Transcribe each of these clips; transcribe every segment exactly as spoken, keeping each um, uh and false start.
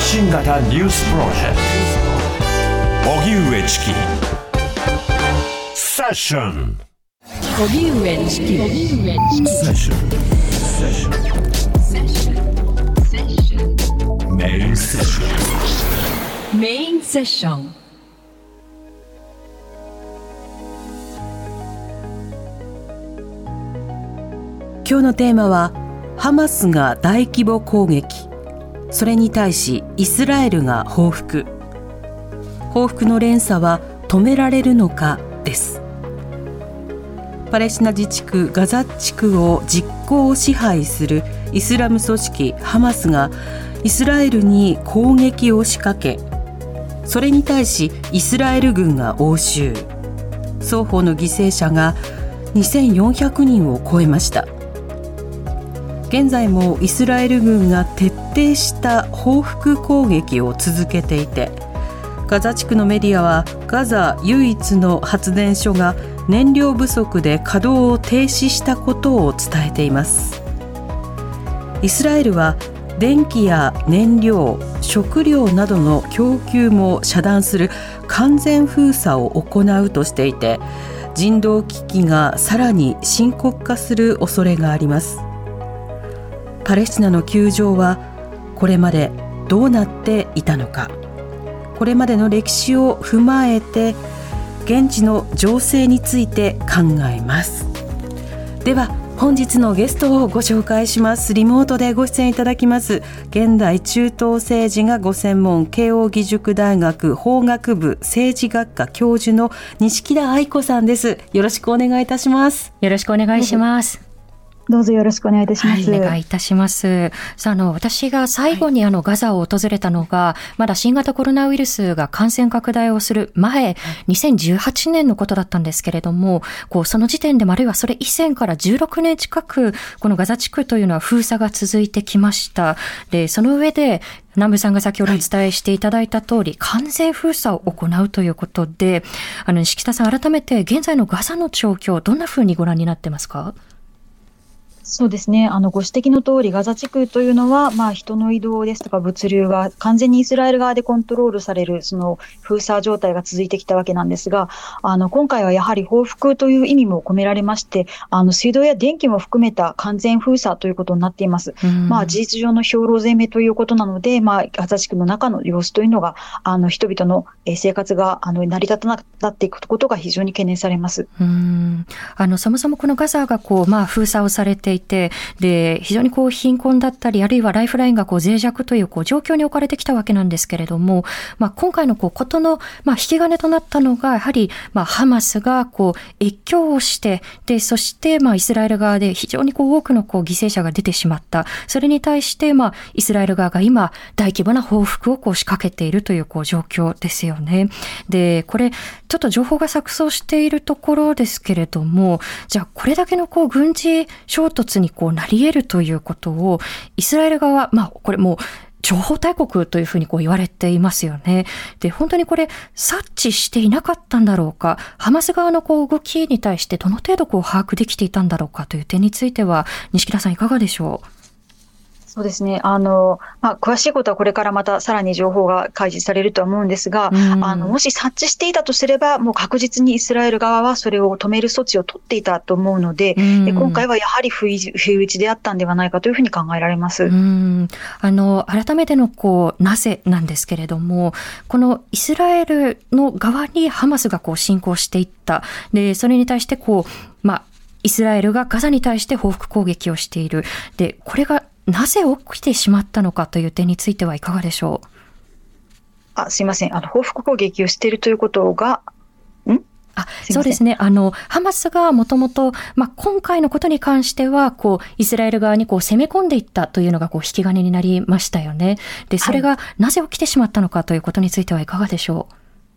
信型ニュースプロジェクト荻上チキセッション荻上チキセッションメインセッションンメインセッション今日のテーマはハマスが大規模攻撃、それに対しイスラエルが報復、報復の連鎖は止められるのかです。パレスチナ自治区ガザ地区を実効支配するイスラム組織ハマスがイスラエルに攻撃を仕掛け、それに対しイスラエル軍が応酬、双方の犠牲者がにせんよんひゃくにんを超えました。現在もイスラエル軍が徹底した報復攻撃を続けていて、ガザ地区のメディアはガザ唯一の発電所が燃料不足で稼働を停止したことを伝えています。イスラエルは電気や燃料、食料などの供給も遮断する完全封鎖を行うとしていて、人道危機がさらに深刻化する恐れがあります。パレスチナの窮状はこれまでどうなっていたのか、これまでの歴史を踏まえて現地の情勢について考えます。では本日のゲストをご紹介します。リモートでご出演いただきます現代中東政治がご専門、慶應義塾大学法学部政治学科教授の錦田愛子さんです。よろしくお願いいたします。 よろしくお願いします。 どうぞよろしくお願いいたします。 はい、お願いいたします。さあ、あの、私が最後にあの、ガザを訪れたのが、まだ新型コロナウイルスが感染拡大をする前、にせんじゅうはちねんのことだったんですけれども、こう、その時点でもあるいはそれ以前からじゅうろくねん近く、このガザ地区というのは封鎖が続いてきました。で、その上で、南部さんが先ほどお伝えしていただいた通り、はい、完全封鎖を行うということで、あの、錦田さん、改めて現在のガザの状況、どんなふうにご覧になってますか？ そうですね。あの、ご指摘の通り、ガザ地区というのは、まあ、人の移動ですとか物流が完全にイスラエル側でコントロールされる、その封鎖状態が続いてきたわけなんですが、あの、今回はやはり報復という意味も込められまして、あの、水道や電気も含めた完全封鎖ということになっています。まあ、事実上の兵糧攻めということなので、まあ、ガザ地区の中の様子というのが、あの、人々の生活が、あの、成り立たなくなっていくことが非常に懸念されます。 うーん。あの、そもそもこのガザがこう、まあ、封鎖をされていて、で非常にこう貧困だったり、あるいはライフラインがこう脆弱というこう状況に置かれてきたわけなんですけれども、まあ、今回のこうことのまあ引き金となったのがやはりまあハマスがこう越境をして、でそしてまあイスラエル側で非常にこう多くのこう犠牲者が出てしまった。それに対してまあイスラエル側が今大規模な報復をこう仕掛けているというこう状況ですよね。でこれちょっと情報が錯綜しているところですけれども、じゃあこれだけのこう軍事衝突にこうなり得るということをイスラエル側は、まあこれもう情報大国というふうにこう言われていますよね。で本当にこれ察知していなかったんだろうか、ハマス側のこう動きに対してどの程度こう把握できていたんだろうかという点については錦田さんいかがでしょう？ そうですね。あの、まあ、詳しいことはこれからまたさらに情報が開示されるとは思うんですが、あの、もし察知していたとすれば、もう確実にイスラエル側はそれを止める措置を取っていたと思うので、で今回はやはり不意打ちであったんではないかというふうに考えられます。 うんあの、改めてのこう、なぜなんですけれども、このイスラエルの側にハマスがこう侵攻していった。で、それに対してこう、まあ、イスラエルがガザに対して報復攻撃をしている。で、これがなぜ起きてしまったのかという点についてはいかがでしょう？ あ、すいません。あの、報復攻撃をしているということが、んあ、そうですね。あの、ハマスがもともと、まあ、今回のことに関しては、こう、イスラエル側にこう攻め込んでいったというのが、こう、引き金になりましたよね。で、それがなぜ起きてしまったのかということについてはいかがでしょう？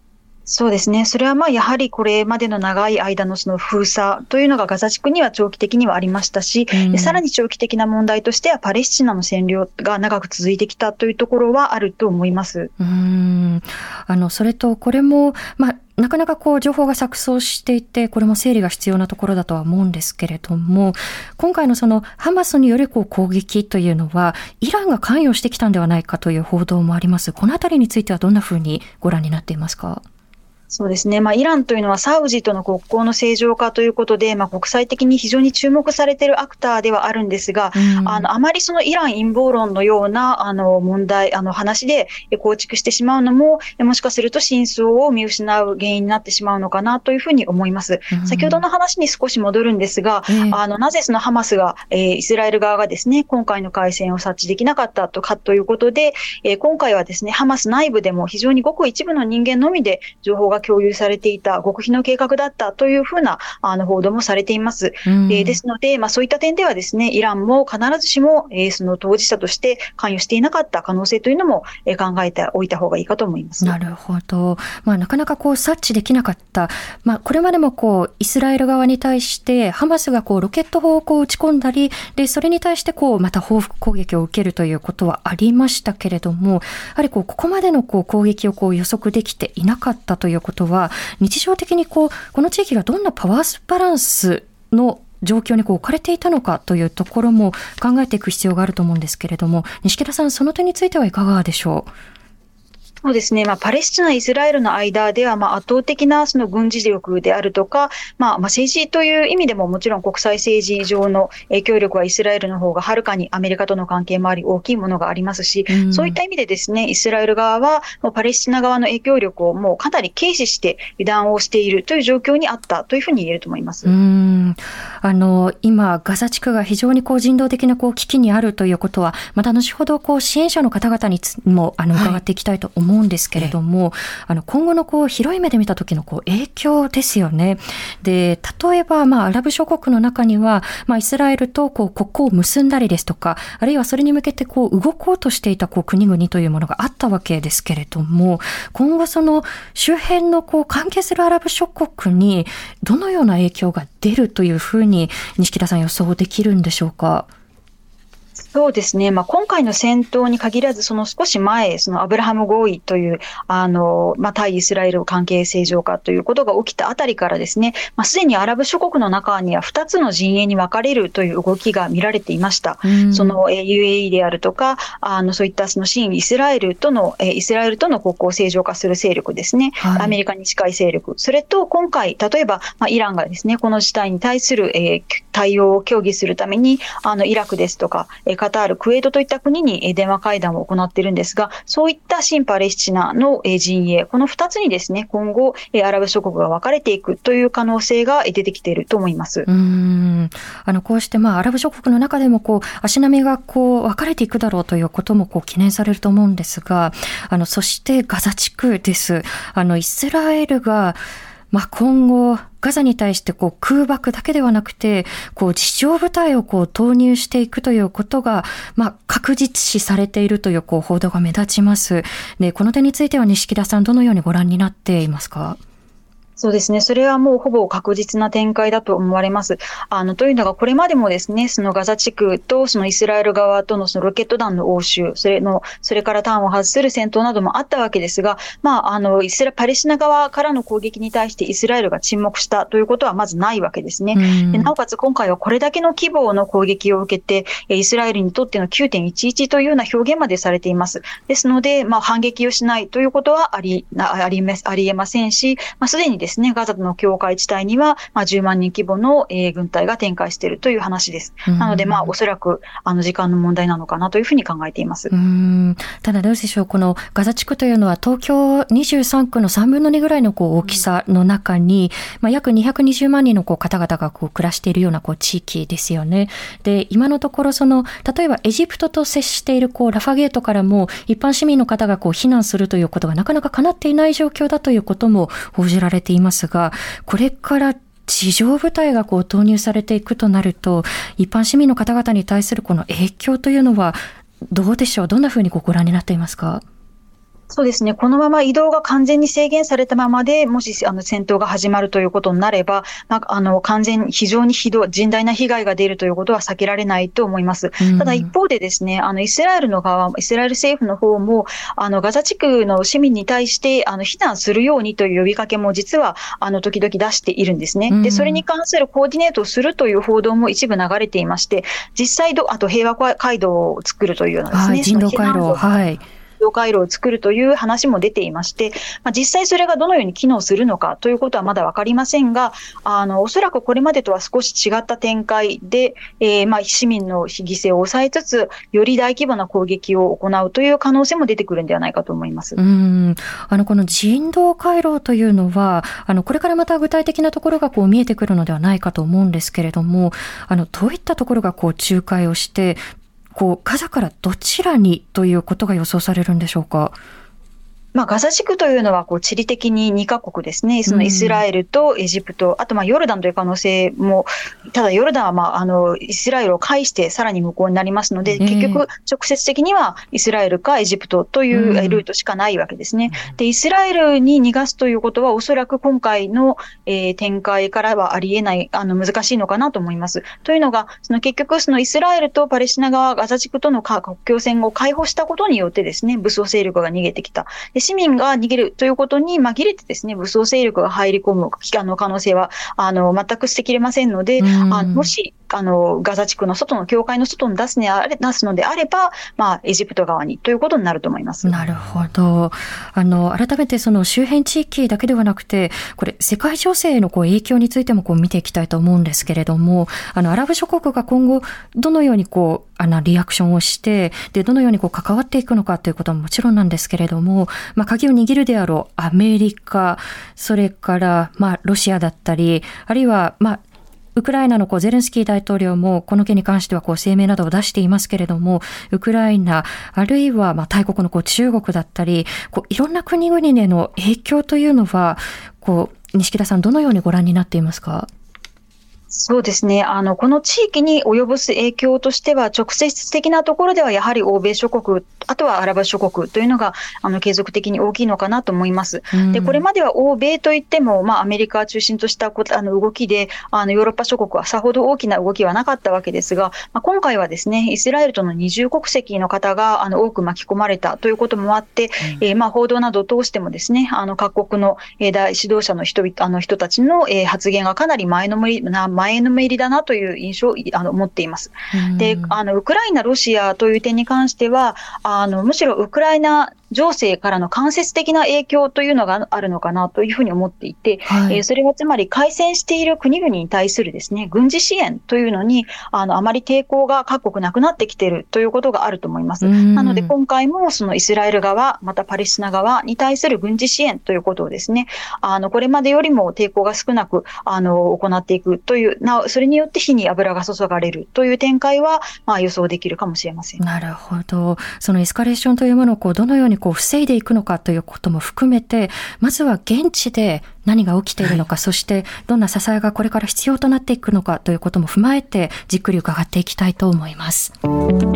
そうですね。それはまあやはりこれまでの長い間のその封鎖というのがガザ地区には長期的にはありましたし、 うん、 でさらに長期的な問題としてはパレスチナの占領が長く続いてきたというところはあると思います。 うーん、あのそれとこれも、まあ、なかなかこう情報が錯綜していて、これも整理が必要なところだとは思うんですけれども、今回のそのハマスによるこう攻撃というのはイランが関与してきたんではないかという報道もあります。このあたりについてはどんなふうにご覧になっていますか？ そうですね。まあ、イランというのはサウジとの国交の正常化ということで、まあ、国際的に非常に注目されているアクターではあるんですが、うん、あの、あまりそのイラン陰謀論のような、あの、問題、あの、話で構築してしまうのも、もしかすると真相を見失う原因になってしまうのかなというふうに思います。うん、先ほどの話に少し戻るんですが、うん、あの、なぜそのハマスが、えー、イスラエル側がですね、今回の開戦を察知できなかったとかということで、えー、今回はですね、ハマス内部でも非常にごく一部の人間のみで情報が共有されていて、極秘の計画だったというふうなあの報道もされています。うん、えー、ですので、まあ、そういった点ではですね、イランも必ずしも、えー、その当事者として関与していなかった可能性というのも、えー、考えておいた方がいいかと思います。 なるほど。まあ、なかなかこう察知できなかった。まあ、これまでもこうイスラエル側に対してハマスがこうロケット砲をこう撃ち込んだり、でそれに対してこうまた報復攻撃を受けるということはありましたけれども、やはりこうここまでのこう攻撃をこう予測できていなかったということは、日常的にこうこの地域がどんなパワーバランスの状況にこう置かれていたのかというところも考えていく必要があると思うんですけれども、錦田さん、その点についてはいかがでしょう？ そうですね。まあ、パレスチナ、イスラエルの間では、まあ、圧倒的なその軍事力であるとか、まあ、まあ、政治という意味でももちろん国際政治上の影響力はイスラエルの方がはるかにアメリカとの関係もあり大きいものがありますし、うん、そういった意味でですね、イスラエル側はもうパレスチナ側の影響力をもうかなり軽視して油断をしているという状況にあったというふうに言えると思います。 うーん、あの、今、ガザ地区が非常にこう人道的なこう危機にあるということは、また後ほどこう支援者の方々にもあの伺っていきたいと思思うんですけれども、あの今後のこう広い目で見た時のこう影響ですよね。で、例えばまあアラブ諸国の中には、まあ、イスラエルとこう国交を結んだりですとか、あるいはそれに向けてこう動こうとしていたこう国々というものがあったわけですけれども、今後その周辺のこう関係するアラブ諸国にどのような影響が出るというふうに錦田さん予想できるんでしょうか？ そうですね。まあ、今回の戦闘に限らず、その少し前、そのアブラハム合意という、あの、まあ、対イスラエル関係正常化ということが起きたあたりからですね、まあ、すでにアラブ諸国の中にはふたつの陣営に分かれるという動きが見られていました。その、えー、ユーエーイー であるとか、あの、そういったその親イスラエルとの、えー、イスラエルとの国交を正常化する勢力ですね。はい、アメリカに近い勢力。それと、今回、例えば、まあ、イランがですね、この事態に対する、えー、対応を協議するために、あの、イラクですとか、えーカタール、クウェートといった国に電話会談を行っているんですが、そういった親パレスチナの陣営、このふたつにですね、今後アラブ諸国が分かれていくという可能性が出てきていると思います。 うーん、あのこうしてまあアラブ諸国の中でもこう足並みがこう分かれていくだろうということもこう懸念されると思うんですが、あのそしてガザ地区です。あのイスラエルがまあ、今後ガザに対してこう空爆だけではなくてこう地上部隊をこう投入していくということがまあ確実視されているというこう報道が目立ちます。で、この点については錦田さんどのようにご覧になっていますか？ そうですね。それはもうほぼ確実な展開だと思われます。あの、というのがこれまでもですね、そのガザ地区とそのイスラエル側とのそのロケット弾の応酬、それの、それから端を発する戦闘などもあったわけですが、まあ、あの、イスラ、パレスチナ側からの攻撃に対してイスラエルが沈黙したということはまずないわけですね。でなおかつ今回はこれだけの規模の攻撃を受けて、イスラエルにとっての きゅうてんいちいち というような表現までされています。ですので、まあ、反撃をしないということはあり、あり、ありえませんし、まあ、すでにですね、ガザの境界地帯には、まあ、じゅうまんにん規模の、えー、軍隊が展開しているという話です。なので、まあ、おそらくあの時間の問題なのかなというふうに考えています。 うーん、ただどうでしょう、このガザ地区というのは東京にじゅうさんくのさんぶんのにぐらいのこう大きさの中に、まあ、約にひゃくにじゅうまんにんのこう方々がこう暮らしているようなこう地域ですよね。で、今のところその例えばエジプトと接しているこうラファゲートからも一般市民の方がこう避難するということがなかなか叶っていない状況だということも報じられていますが、これから地上部隊がこう投入されていくとなると、一般市民の方々に対するこの影響というのはどうでしょう、どんなふうにご覧になっていますか？ そうですね。このまま移動が完全に制限されたままで、もしあの戦闘が始まるということになれば、まあ、あの完全に非常にひどい甚大な被害が出るということは避けられないと思います。うん、ただ一方でですね、あのイスラエルの側、イスラエル政府の方もあのガザ地区の市民に対してあの避難するようにという呼びかけも実はあの時々出しているんですね。で、それに関するコーディネートをするという報道も一部流れていまして、実際どあと平和回道を作るというようなですね、 はい、人道回廊、はい。 回路を作るという話も出ていまして、まあ、実際それがどのように機能するのかということはまだ分かりませんが、あのおそらくこれまでとは少し違った展開で、えー、まあ市民の犠牲を抑えつつ、より大規模な攻撃を行うという可能性も出てくるんではないかと思います。 うん、あのこの人道回廊というのは、あのこれからまた具体的なところがこう見えてくるのではないかと思うんですけれども、あのどういったところがこう仲介をして、こうガザからどちらにということが予想されるんでしょうか。 まあ、ガザ地区というのはこう地理的ににカ国ですね。そのイスラエルとエジプト、うん、あとまあヨルダンという可能性も、ただヨルダンはまああのイスラエルを介してさらに向こうになりますので、えー、結局直接的にはイスラエルかエジプトというルートしかないわけですね。うん、で、イスラエルに逃がすということはおそらく今回の、えー、展開からはありえない、あの難しいのかなと思います。というのが、その結局そのイスラエルとパレスチナ側、ガザ地区との国境線を開放したことによってですね、武装勢力が逃げてきた。で、市民が逃げるということに紛れてですね、武装勢力が入り込むあの可能性はあの全く捨てきれませんので、あもしあのガザ地区の外の境界の外に出す, ねあれ出すのであれば、まあ、エジプト側にということになると思います。 なるほど。あの改めてその周辺地域だけではなくて、これ世界情勢へのこう影響についてもこう見ていきたいと思うんですけれども、あのアラブ諸国が今後どのようにこうあのリアクションをして、でどのようにこう関わっていくのかということはもちろんなんですけれども、まあ、鍵を握るであろうアメリカ、それからまあロシアだったり、あるいはまあウクライナのこうゼレンスキー大統領もこの件に関してはこう声明などを出していますけれども、ウクライナあるいはまあ大国のこう中国だったり、こういろんな国々への影響というのはこう錦田さんどのようにご覧になっていますか。 そうですね。あの、この地域に及ぼす影響としては、直接的なところではやはり欧米諸国、あとはアラブ諸国というのが、あの、継続的に大きいのかなと思います。うん、で、これまでは欧米といっても、まあ、アメリカを中心としたあの動きで、あの、ヨーロッパ諸国はさほど大きな動きはなかったわけですが、まあ、今回はですね、イスラエルとの二重国籍の方が、あの、多く巻き込まれたということもあって、うん、えー、まあ、報道などを通してもですね、あの、各国の、えー、大指導者の人々、あの、人たちの、えー、発言がかなり前のめりな、前のめりだなという印象をあの持っています。で、あのウクライナ、ロシアという点に関しては、あのむしろウクライナ情勢からの間接的な影響というのがあるのかなというふうに思っていて、はい、えー、それはつまり開戦している国々に対するですね、軍事支援というのにあのあまり抵抗が各国なくなってきているということがあると思います。なので今回もそのイスラエル側、またパレスチナ側に対する軍事支援ということをですね、あのこれまでよりも抵抗が少なくあの行っていくという、なそれによって火に油が注がれるという展開は、まあ、予想できるかもしれません。 なるほど。そのエスカレーションというものをこうどのようにこう防いでいくのかということも含めて、まずは現地で何が起きているのか、はい、そしてどんな支えがこれから必要となっていくのかということも踏まえてじっくり伺っていきたいと思います。荻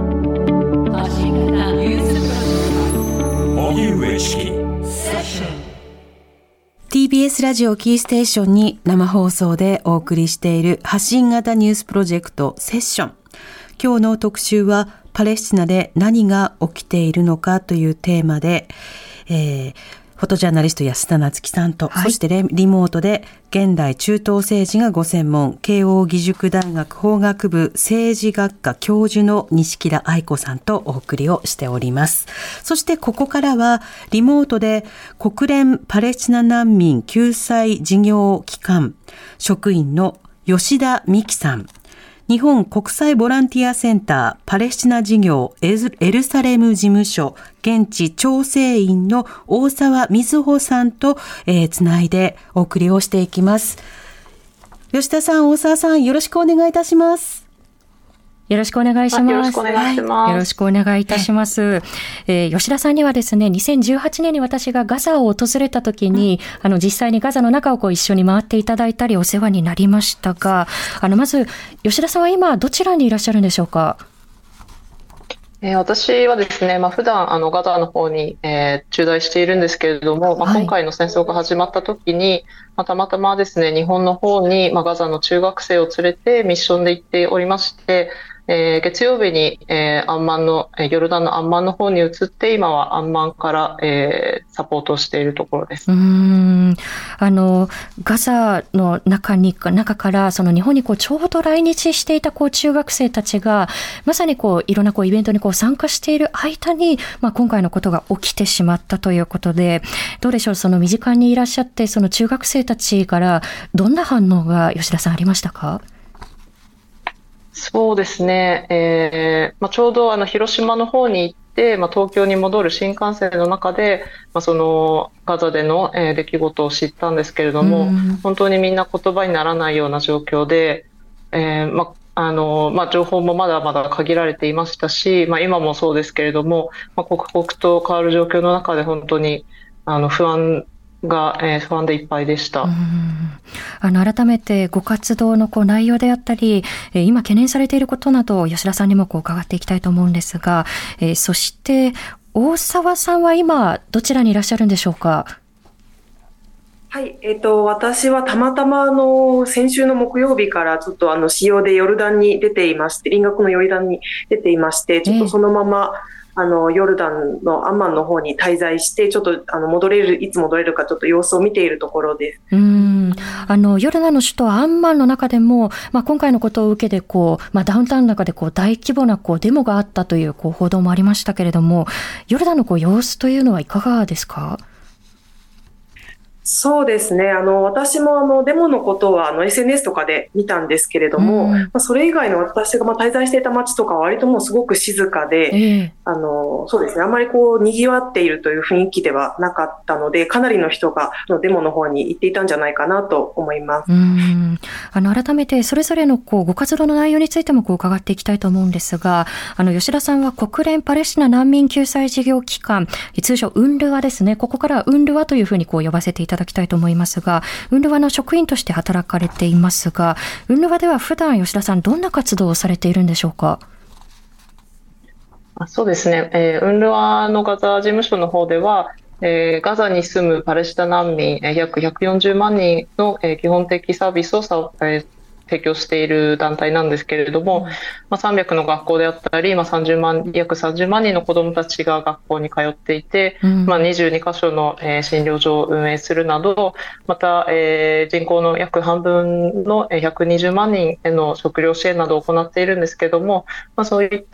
上チキ ティービーエス ラジオキーステーションに生放送でお送りしている発信型ニュースプロジェクトセッション。今日の特集はパレスチナで何が起きているのかというテーマで、えー、フォトジャーナリスト安田夏樹さんと、はい、そしてリモートで現代中東政治がご専門、慶應義塾大学法学部政治学科教授の錦田愛子さんとお送りをしております。そしてここからはリモートで国連パレスチナ難民救済事業機関職員の吉田美希さん、日本国際ボランティアセンターパレスチナ事業エルサレム事務所現地調整員の大沢瑞穂さんと、えー、つないでお送りをしていきます。吉田さん、大沢さん、よろしくお願いいたします。 よろしくお願いします。よろしくお願いします。よろしくお願いいたします。えー、吉田さんにはですね、にせんじゅうはちねんに私がガザを訪れた時に、うん、あの実際にガザの中をこう一緒に回っていただいたりお世話になりましたが、あのまず吉田さんは今どちらにいらっしゃるんでしょうか。 えー私はですね、まあ、普段あのガザの方に、えー駐在しているんですけれども、まあ、 はい。 今回の戦争が始まった時に、まあ、たまたまですね、日本の方に、まあ、ガザの中学生を連れてミッションで行っておりまして、えー月曜日に、えーアンマンの、えーヨルダンのアンマンの方に移って、今はアンマンから、えーサポートをしているところです。 うーんあのガザの中に中からその日本にこうちょうど来日していたこう中学生たちがまさにこういろんなこうイベントにこう参加している間に、まあ、今回のことが起きてしまったということで、どうでしょう、その身近にいらっしゃってその中学生たちからどんな反応が吉田さんありましたか？ そうですね、えーまあ、ちょうどあの広島の方に行って、まあ、東京に戻る新幹線の中で、まあ、そのガザでの、えー出来事を知ったんですけれども、 うん本当にみんな言葉にならないような状況で、えーまああのまあ、情報もまだまだ限られていましたし、まあ、今もそうですけれども、まあ、刻々と変わる状況の中で本当にあの不安が、えー不安でいっぱいでした。 うんあの改めてご活動のこう内容であったり、えー今懸念されていることなどを吉田さんにもこう伺っていきたいと思うんですが、えーそして大沢さんは今どちらにいらっしゃるんでしょうか？ はい、えっと、私はたまたまあの先週の木曜日からちょっとあの使用でヨルダンに出ていまして、隣国のヨルダンに出ていまして、ちょっとそのまま、あのヨルダンのアンマンの方に滞在して、ちょっとあの戻れるいつ戻れるかちょっと様子を見ているところです。 うーんあのヨルダンの首都アンマンの中でも、まあ、今回のことを受けてこう、まあ、ダウンタウンの中でこう大規模なこうデモがあったというこう報道もありましたけれども、ヨルダンのこう様子というのはいかがですか？ そうですね、あの私もあのデモのことはあの エスエヌエス とかで見たんですけれども、 うんまあ、それ以外の私がまあ滞在していた街とかは割ともうすごく静かで、 ええあのそうですね、あまりこう賑わっているという雰囲気ではなかったので、かなりの人があのデモの方に行っていたんじゃないかなと思います。 うーんあの改めてそれぞれのこうご活動の内容についてもこう伺っていきたいと思うんですが、あの吉田さんは国連パレスチナ難民救済事業機関、通称ウンルワですね、ここからはウンルワというふうにこう呼ばせていただきたいと思いますが、ウンルワの職員として働かれていますが、ウンルワでは普段吉田さんどんな活動をされているんでしょうか？ あそうですね、えー、ウンルワのガザ事務所の方では、えーガザに住むパレスチナ難民、えー約ひゃくよんじゅうまんにんの、えー基本的サービスをさ、えー提供している団体なんですけれども、まあ、さんびゃくの学校であったり、まあ、さんじゅうまん約さんじゅうまんにんの子どもたちが学校に通っていて、 うんまあ、にじゅうにかしょの、えー診療所を運営するなど、また、えー人口の約半分のえーひゃくにじゅうまんにんへの食料支援などを行っているんですけれども、まあ、そういった、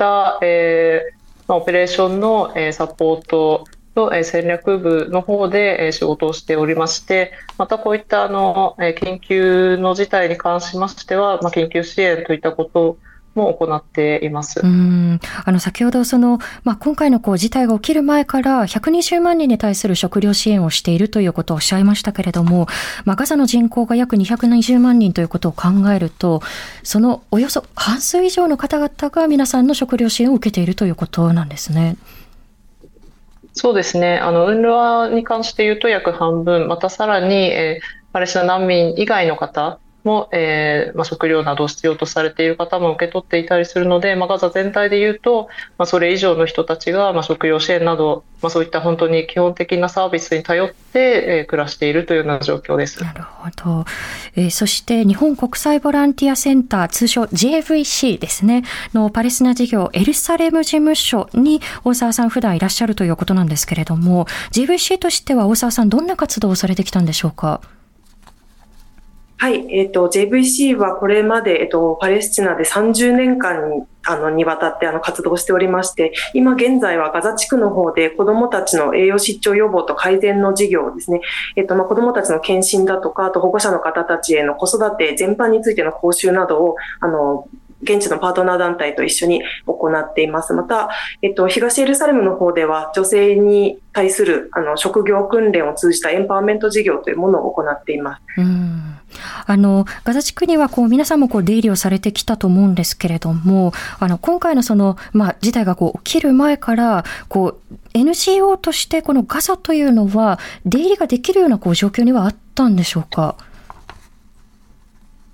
えーまあ、オペレーションの、えーサポートと、えー戦略部の方で、えー仕事をしておりまして、またこういったあの、えー緊急の事態に関しましては、まあ、緊急支援といったことも行っています。 うーんあの先ほどその、まあ、今回のこう事態が起きる前からひゃくにじゅうまんにんに対する食料支援をしているということをおっしゃいましたけれども、まあ、ガザの人口が約にひゃくにじゅうまんにんということを考えると、そのおよそ半数以上の方々が皆さんの食料支援を受けているということなんですね。 そうですね、あのウンルワに関して言うと約半分、またさらに、えーパレスチナ難民以外の方も、えーまあ、食料などを必要とされている方も受け取っていたりするので、まあ、ガザ全体で言うと、まあ、それ以上の人たちが、まあ、食料支援など、まあ、そういった本当に基本的なサービスに頼って、えー暮らしているというような状況です。 なるほど、えーそして日本国際ボランティアセンター、通称 ジェイブイシー ですねのパレスチナ事業エルサレム事務所に大沢さん普段いらっしゃるということなんですけれども、 ジェイブイシー としては大沢さんどんな活動をされてきたんでしょうか？ はい、えっと、ジェイブイシー はこれまで、えっと、パレスチナでさんじゅうねんかんにあのにわたってあの活動しておりまして、今現在はガザ地区の方で子どもたちの栄養失調予防と改善の事業ですね、えっとまあ、子どもたちの検診だとか、あと保護者の方たちへの子育て全般についての講習などをあの現地のパートナー団体と一緒に行っています。また、えっと、東エルサレムの方では女性に対するあの職業訓練を通じたエンパワーメント事業というものを行っています。 うんあのガザ地区にはこう皆さんもこう出入りをされてきたと思うんですけれども、あの今回のその、まあ、事態がこう起きる前からこう エヌジーオー としてこのガザというのは出入りができるようなこう状況にはあったんでしょうか？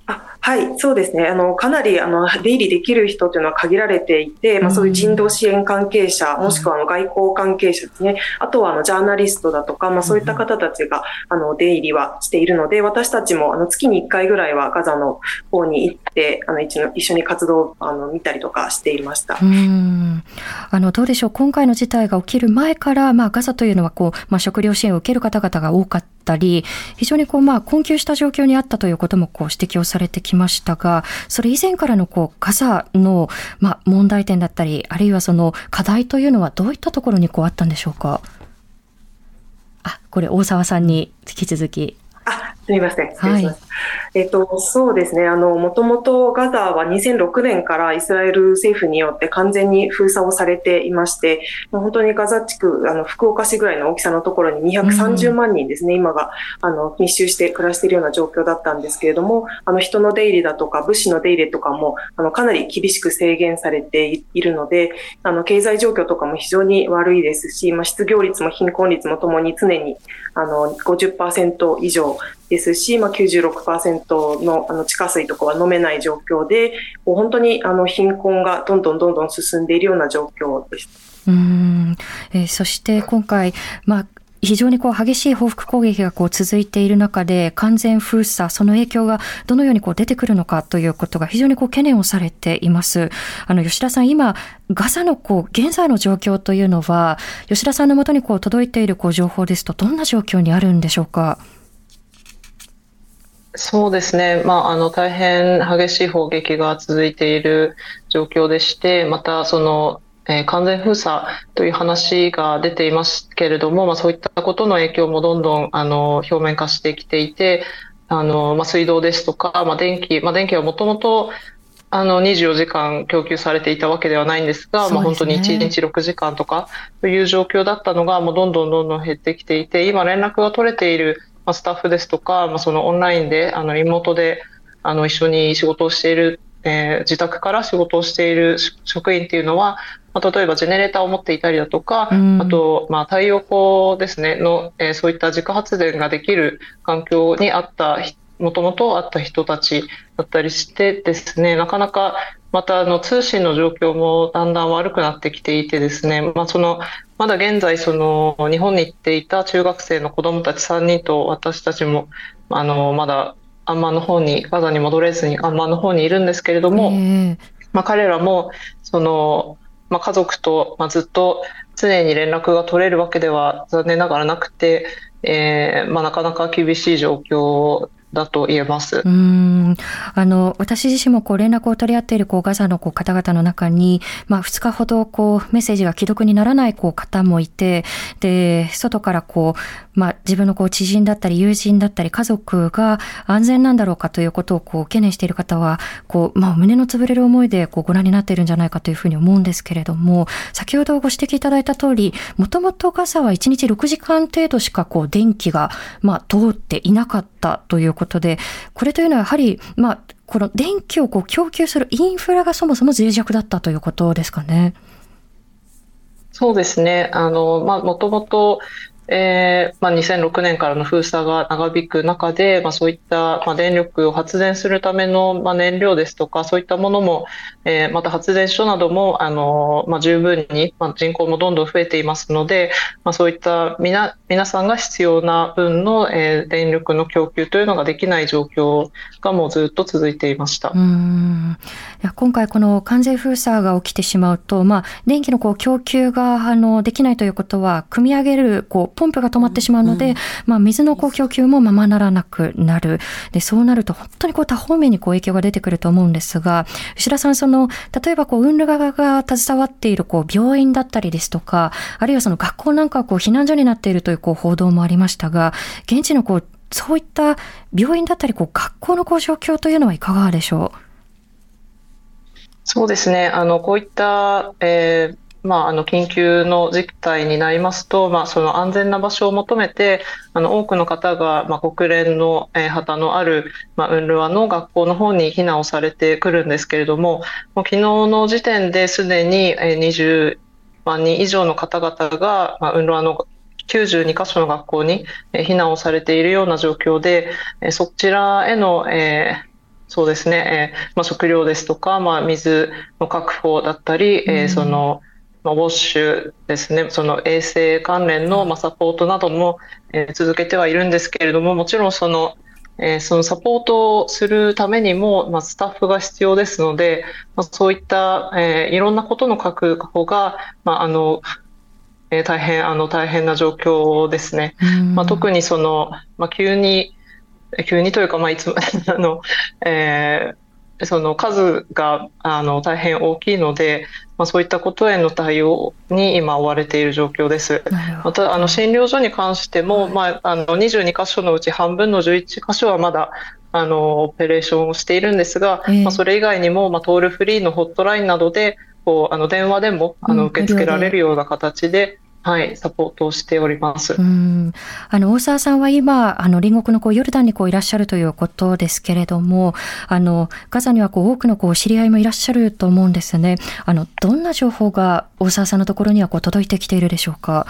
はい、そうですね。あのかなりあの出入りできる人というのは限られていて、まあ、そういう人道支援関係者、もしくはあの外交関係者ですね。あとはあのジャーナリストだとか、まあ、そういった方たちがあの出入りはしているので、私たちもあの月にいっかいぐらいはガザの方に行ってあの一の一緒に活動をあの見たりとかしていました。 うーんあのどうでしょう、今回の事態が起きる前から、まあ、ガザというのはこう、まあ、食料支援を受ける方々が多かったり、非常にこう、まあ、困窮した状況にあったということもこう指摘をされてきましたが、それ以前からのこうガザの、まあ、問題点だったり、あるいはその課題というのはどういったところにこうあったんでしょうか。あ、これ大沢さんに引き続き。 あ、すみません。失礼します。はい、えっと、そうですね。あの、もともとガザはにせんろくねんからイスラエル政府によって完全に封鎖をされていまして、もう本当にガザ地区、あの、福岡市ぐらいの大きさのところににひゃくさんじゅうまんにんですね、うん、今が、あの、密集して暮らしているような状況だったんですけれども、あの、人の出入りだとか、物資の出入れとかも、あの、かなり厳しく制限されているので、あの、経済状況とかも非常に悪いですし、まあ、失業率も貧困率もともに常に、あの、ごじゅっパーセント以上、ですし、まあ、きゅうじゅうろくパーセント の, あの地下水とかは飲めない状況で、もう本当にあの貧困がどんどんどんどん進んでいるような状況です。 うーん、えー、そして今回、まあ非常にこう激しい報復攻撃がこう続いている中で、完全封鎖、その影響がどのようにこう出てくるのかということが非常にこう懸念をされています。あの吉田さん、今ガザのこう現在の状況というのは、吉田さんのもとにこう届いているこう情報ですと、どんな状況にあるんでしょうか。 そうですね、まあ、あの大変激しい砲撃が続いている状況でして、またその、えー、完全封鎖という話が出ていますけれども、まあ、そういったことの影響もどんどんあの表面化してきていて、あの、まあ、水道ですとか、まあ、電気、まあ、電気はもともとあのにじゅうよじかん供給されていたわけではないんですが、まあ、本当にいちにちろくじかんとかという状況だったのが、もうどんどんどんどん減ってきていて、今連絡が取れているスタッフですとか、まあ、そのオンラインであのリモートであの一緒に仕事をしている、えー、自宅から仕事をしている職員っていうのは、まあ、例えばジェネレーターを持っていたりだとか、うん、あと、まあ、太陽光ですねの、えー、そういった自家発電ができる環境にあったもともとあった人たちだったりしてですね、なかなかまたあの通信の状況もだんだん悪くなってきていてですね、まあ、そのまだ現在その日本に行っていた中学生の子どもたちさんにんと私たちもあのまだアンマンの方にガザに戻れずにアンマンの方にいるんですけれども、まあ、彼らもその、まあ、家族と、まあ、ずっと常に連絡が取れるわけでは残念ながらなくて、えーまあ、なかなか厳しい状況だと言えます。 うーんあの私自身もこう連絡を取り合っているこうガザのこう方々の中に、まあ、ふつかほどこうメッセージが既読にならないこう方もいて、で外からこう、まあ、自分のこう知人だったり友人だったり家族が安全なんだろうかということをこう懸念している方はこう、まあ、胸の潰れる思いでこうご覧になっているんじゃないかというふうに思うんですけれども、先ほどご指摘いただいた通り、もともとガザはいちにちろくじかん程度しかこう電気が、まあ、通っていなかったということで、これというのはやはり、まあ、この電気をこう供給するインフラがそもそも脆弱だったということですかね。 そうですね、あの、まあ、もともとえーまあ、にせんろくねんからの封鎖が長引く中で、まあ、そういった、まあ、電力を発電するための、まあ、燃料ですとかそういったものも、えー、また発電所などもあの、まあ、十分に、まあ、人口もどんどん増えていますので、まあ、そういったみな皆さんが必要な分の、えー、電力の供給というのができない状況がもうずっと続いていました。 うーんいや今回この完全封鎖が起きてしまうと、まあ、電気のこう供給があのできないということは組み上げるこうポンプが止まってしまうので、うんまあ、水のこう供給もままならなくなる。でそうなると本当にこう多方面にこう影響が出てくると思うんですが、吉田さん、その例えばこうウンルガが携わっているこう病院だったりですとか、あるいはその学校なんかはこう避難所になっているというこう報道もありましたが、現地のこうそういった病院だったりこう学校のこう状況というのはいかがでしょう。 そうですね、あのこういった、えーまあ、あの緊急の事態になりますと、まあ、その安全な場所を求めてあの多くの方が、まあ、国連の、えー、旗のある、まあ、ウンルワの学校の方に避難をされてくるんですけれども、もう昨日の時点ですでに、えー、にじゅうまんにん以上の方々が、まあ、ウンルワのきゅうじゅうにかしょの学校に、えー、避難をされているような状況で、えー、そちらへの、えーそうですね、えーまあ、食料ですとか、まあ、水の確保だったり、えーそのまあ、ウォッシュですね、その衛生関連の、まあ、サポートなども、えー続けてはいるんですけれども、もちろんその、えーそのサポートをするためにも、まあ、スタッフが必要ですので、まあ、そういった、えーいろんなことの確保が、まあ、あのえー大変あの大変な状況ですね。まあ、特にその、まあ、急に急にというか、まあ、いつもあの、えーその数があの大変大きいので、まあ、そういったことへの対応に今追われている状況です。またあの診療所に関しても、まあ、あのにじゅうにかしょのうち半分のじゅういっかしょはまだあのオペレーションをしているんですが、 えーまあ、それ以外にも、まあ、トールフリーのホットラインなどでこうあの電話でもあのうん受け付けられるような形で、はい、サポートをしております。 うんあの大沢さんは今あの隣国のこうヨルダンにこういらっしゃるということですけれども、あのガザにはこう多くのこう知り合いもいらっしゃると思うんですね。あのどんな情報が大沢さんのところにはこう届いてきているでしょうか。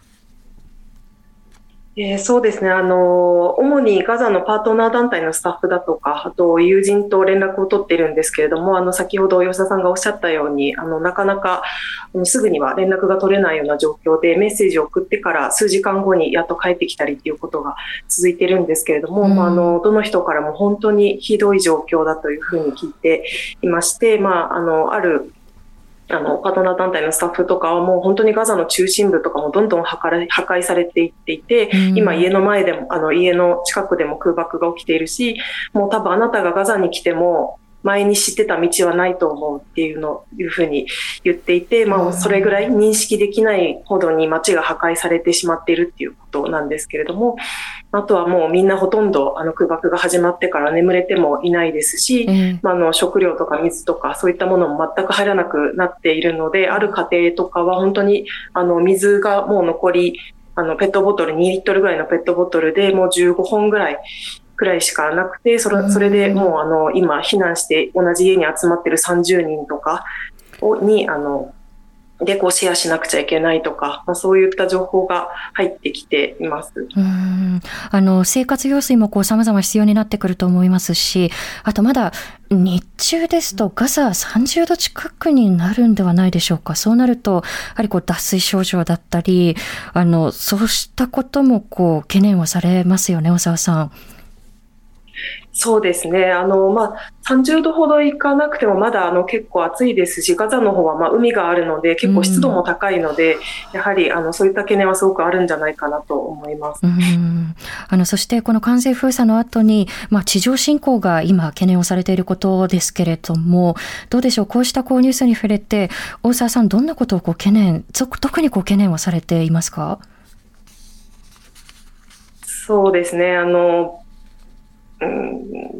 えーそうですね、あの主にガザのパートナー団体のスタッフだとか、あと友人と連絡を取っているんですけれども、あの先ほど吉田さんがおっしゃったように、あのなかなかあのすぐには連絡が取れないような状況で、メッセージを送ってから数時間後にやっと帰ってきたりということが続いているんですけれども、 うんまあ、あのどの人からも本当にひどい状況だというふうに聞いていまして、まあ、あのあるあのパートナー団体のスタッフとかはもう本当にガザの中心部とかもどんどん破壊、破壊されていっていて、 うん今家の前でもあの家の近くでも空爆が起きているし、もう多分あなたがガザに来ても前に知ってた道はないと思うっていうのいうふうに言っていて、まあ、それぐらい認識できないほどに街が破壊されてしまっているっていうことなんですけれども、あとはもうみんなほとんどあの空爆が始まってから眠れてもいないですし、 ええまあ、あの食料とか水とかそういったものも全く入らなくなっているので、ある家庭とかは本当にあの水がもう残り、あのペットボトルにリットルぐらいのペットボトルでもうじゅうごほんぐらいくらいしかなくて、それ、それでもうあの今避難して同じ家に集まってるさんじゅうにんとかをにあのでこうシェアしなくちゃいけないとか、まあ、そういった情報が入ってきています。 うんあの生活用水もこう様々必要になってくると思いますし、あとまだ日中ですとガザさんじゅうど近くになるんではないでしょうか。そうなるとやはりこう脱水症状だったり、あのそうしたこともこう懸念はされますよね、大沢さん。 そうですね、あの、まあ、さんじゅうどほどいかなくてもまだあの結構暑いですし、ガザの方はまあ海があるので結構湿度も高いので、うん、やはりあのそういった懸念はすごくあるんじゃないかなと思います。 うんあのそしてこの完全封鎖の後に、まあ、地上侵攻が今懸念をされていることですけれども、どうでしょう、こうしたこうニュースに触れて大沢さん、どんなことをこう懸念特にこう懸念をされていますか。 そうですね、あのうん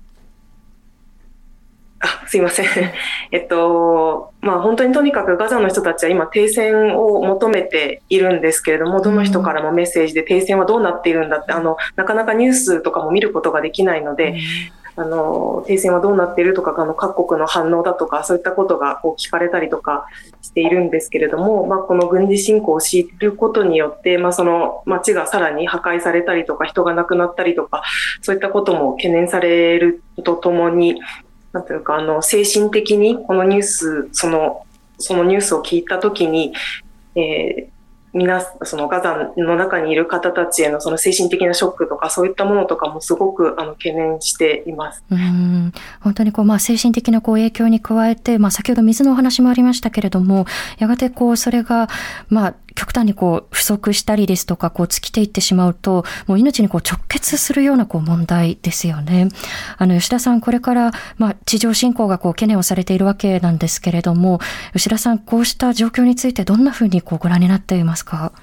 あすいません、えっとまあ、本当にとにかくガザの人たちは今停戦を求めているんですけれども、どの人からもメッセージで停戦はどうなっているんだって、あのなかなかニュースとかも見ることができないので、あの停戦はどうなっているとか、あの各国の反応だとかそういったことがこう聞かれたりとかしているんですけれども、まあ、この軍事侵攻を知ることによって、まあ、その街がさらに破壊されたりとか人が亡くなったりとかそういったことも懸念されるとともに、なんていうか、あの精神的にこのニュースそのそのニュースを聞いたときに、えー皆そのガザの中にいる方たちへのその精神的なショックとかそういったものとかもすごくあの懸念しています。 うん本当にこう、まあ、精神的なこう影響に加えて、まあ、先ほど水のお話もありましたけれども、やがてこうそれが、まあ、極端にこう不足したりですとかこう尽きていってしまうと、もう命にこう直結するようなこう問題ですよね。あの吉田さん、これから、まあ、地上侵攻がこう懸念をされているわけなんですけれども、吉田さん、こうした状況についてどんなふうにこうご覧になっていますか。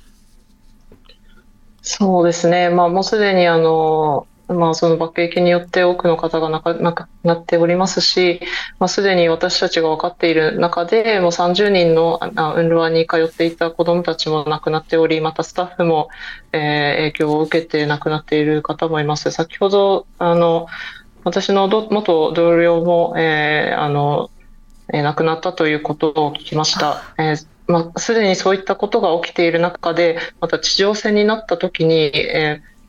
そうですね、まあ、もうすでにあのまあ、その爆撃によって多くの方が亡くなっておりますし、まあ、すでに私たちが分かっている中でもうさんじゅうにんのウンルワに通っていた子どもたちも亡くなっており、またスタッフも、えー、影響を受けて亡くなっている方もいます。先ほどあの私の元同僚も、えー、あの、えー、亡くなったということを聞きました。えーまあ、すでにそういったことが起きている中で、また地上戦になった時に、えー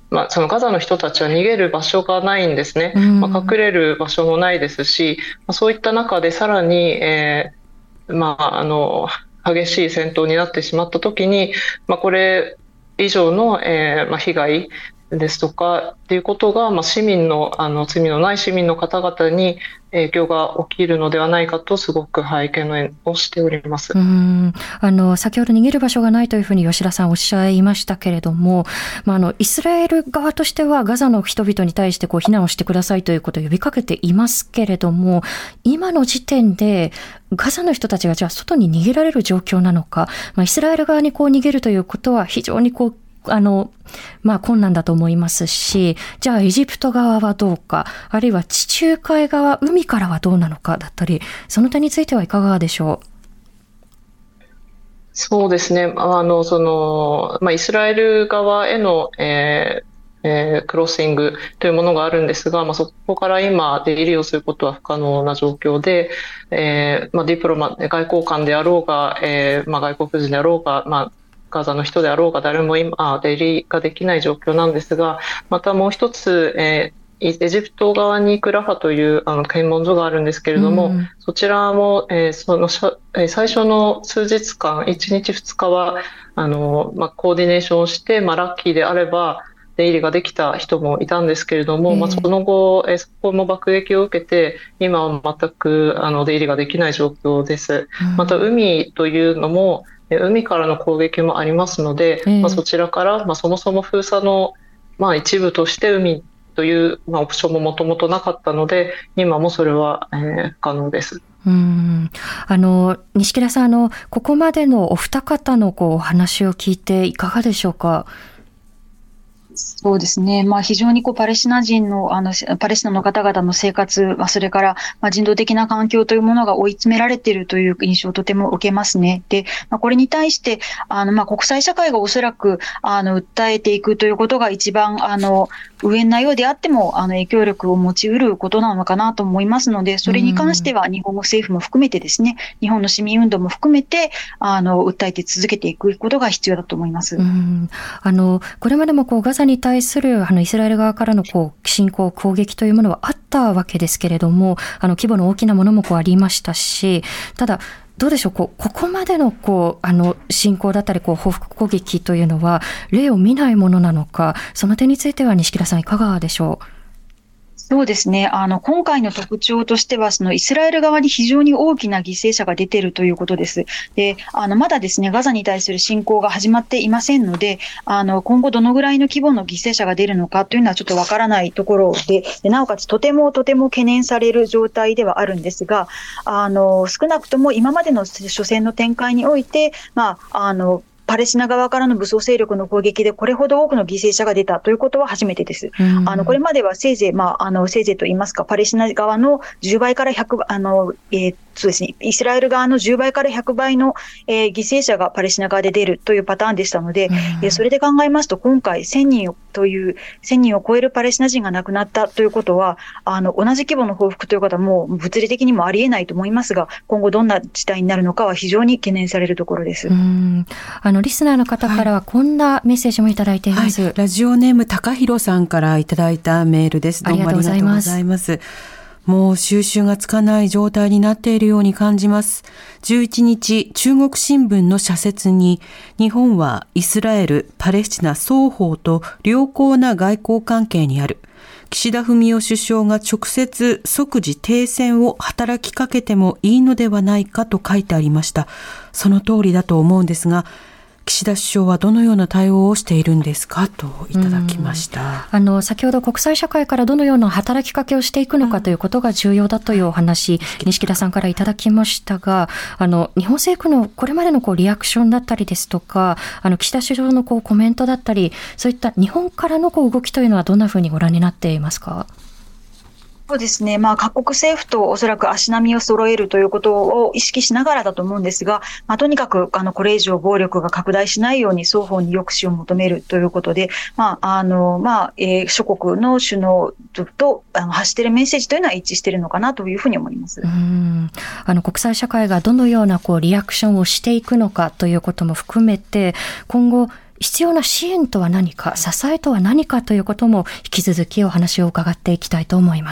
まあ、そのガザの人たちは逃げる場所がないんですね、まあ、隠れる場所もないですし、まあ、そういった中でさらに、えーまあ、あの激しい戦闘になってしまったときに、まあ、これ以上の、えーまあ、被害ですとかっていうことが、まあ、市民の、あの罪のない市民の方々に影響が起きるのではないかとすごくはい懸念をしております。 うーんあの先ほど逃げる場所がないというふうに吉田さんおっしゃいましたけれども、まあ、あのイスラエル側としてはガザの人々に対してこう避難をしてくださいということを呼びかけていますけれども、今の時点でガザの人たちがじゃあ外に逃げられる状況なのか、まあ、イスラエル側にこう逃げるということは非常にこうあのまあ困難だと思いますし、じゃあエジプト側はどうか、あるいは地中海側、海からはどうなのかだったり、その点についてはいかがでしょう。 そうですね、あのそのまあ、イスラエル側への、えーえー、クロッシングというものがあるんですが、まあ、そこから今出入りをすることは不可能な状況で、えーまあ、ディプロマ外交官であろうが、えーまあ、外国人であろうが、まあガザの人であろうが誰も今出入りができない状況なんですが、またもう一つ、えー、エジプト側に行くラファというあの検問所があるんですけれども、うん、そちらも、えー、その最初の数日間いちにちふつかはあの、まあ、コーディネーションをして、まあ、ラッキーであれば出入りができた人もいたんですけれども、えーまあ、その後、えー、そこも爆撃を受けて今は全くあの出入りができない状況です。うん、また海というのも海からの攻撃もありますので、えーまあ、そちらから、まあ、そもそも封鎖の、まあ、一部として海という、まあ、オプションももともとなかったので今もそれは、えー、可能です。 うんあの錦田さん、あのここまでのお二方のこうお話を聞いていかがでしょうか。 そうですね、まあ、非常にこうパレスチナ人の、あのパレスチナの方々の生活、それからまあ人道的な環境というものが追い詰められているという印象をとても受けますね。で、まあ、これに対してあのまあ国際社会がおそらくあの訴えていくということが一番あの上なようであってもあの影響力を持ち得ることなのかなと思いますので、それに関しては日本政府も含めてですね、日本の市民運動も含めてあの訴えて続けていくことが必要だと思います。 うんあのこれまでもこうガザに対するあのイスラエル側からのこう侵攻攻撃というものはあったわけですけれども、あの規模の大きなものもこうありましたし、ただどうでしょう、こうここまでのこうあの侵攻だったりこう報復攻撃というのは例を見ないものなのか、その点については錦田さんいかがでしょう。 そうですね。あの、今回の特徴としては、そのイスラエル側に非常に大きな犠牲者が出ているということです。で、あの、まだですね、ガザに対する侵攻が始まっていませんので、あの、今後どのぐらいの規模の犠牲者が出るのかというのはちょっとわからないところで、でなおかつとてもとても懸念される状態ではあるんですが、あの、少なくとも今までの初戦の展開において、まあ、あの、パレスチナ側からの武装勢力の攻撃でこれほど多くの犠牲者が出たということは初めてです。あのこれまではせいぜい、まあ、あのせいぜいと言いますか、パレスチナ側のじゅうばいからひゃくばい、あの、えーそうですね、イスラエル側のじゅうばいからひゃくばいの、えー、犠牲者がパレスチナ側で出るというパターンでしたので、えー、それで考えますと今回せんにんというせんにんを超えるパレスチナ人が亡くなったということは、あの同じ規模の報復ということはもう物理的にもありえないと思いますが、今後どんな事態になるのかは非常に懸念されるところです。 うんあのリスナーの方からはこんなメッセージもいただいています、はいはい、 ラジオネーム高弘さんからいただいたメールです。どうもありがとうございます。もう収拾がつかない状態になっているように感じます。じゅういちにち、中国新聞の社説に、日本はイスラエル、パレスチナ双方と良好な外交関係にある。岸田文雄首相が直接即時停戦を働きかけてもいいのではないかと書いてありました。その通りだと思うんですが、岸田首相はどのような対応をしているんですかといただきました。 あの先ほど国際社会からどのような働きかけをしていくのかということが重要だというお話、錦田さんからいただきましたが、あの日本政府のこれまでのこうリアクションだったりですとか、あの岸田首相のこうコメントだったり、そういった日本からのこう動きというのはどんなふうにご覧になっていますか。 そうですね、まあ、各国政府とおそらく足並みを揃えるということを意識しながらだと思うんですが、まあ、とにかくあのこれ以上暴力が拡大しないように双方に抑止を求めるということで、まああのまあえー、諸国の首脳とあの発しているメッセージというのは一致しているのかなというふうに思います。 うんあの国際社会がどのようなこうリアクションをしていくのかということも含めて、今後必要な支援とは何か、支えとは何かということも引き続きお話を伺っていきたいと思います。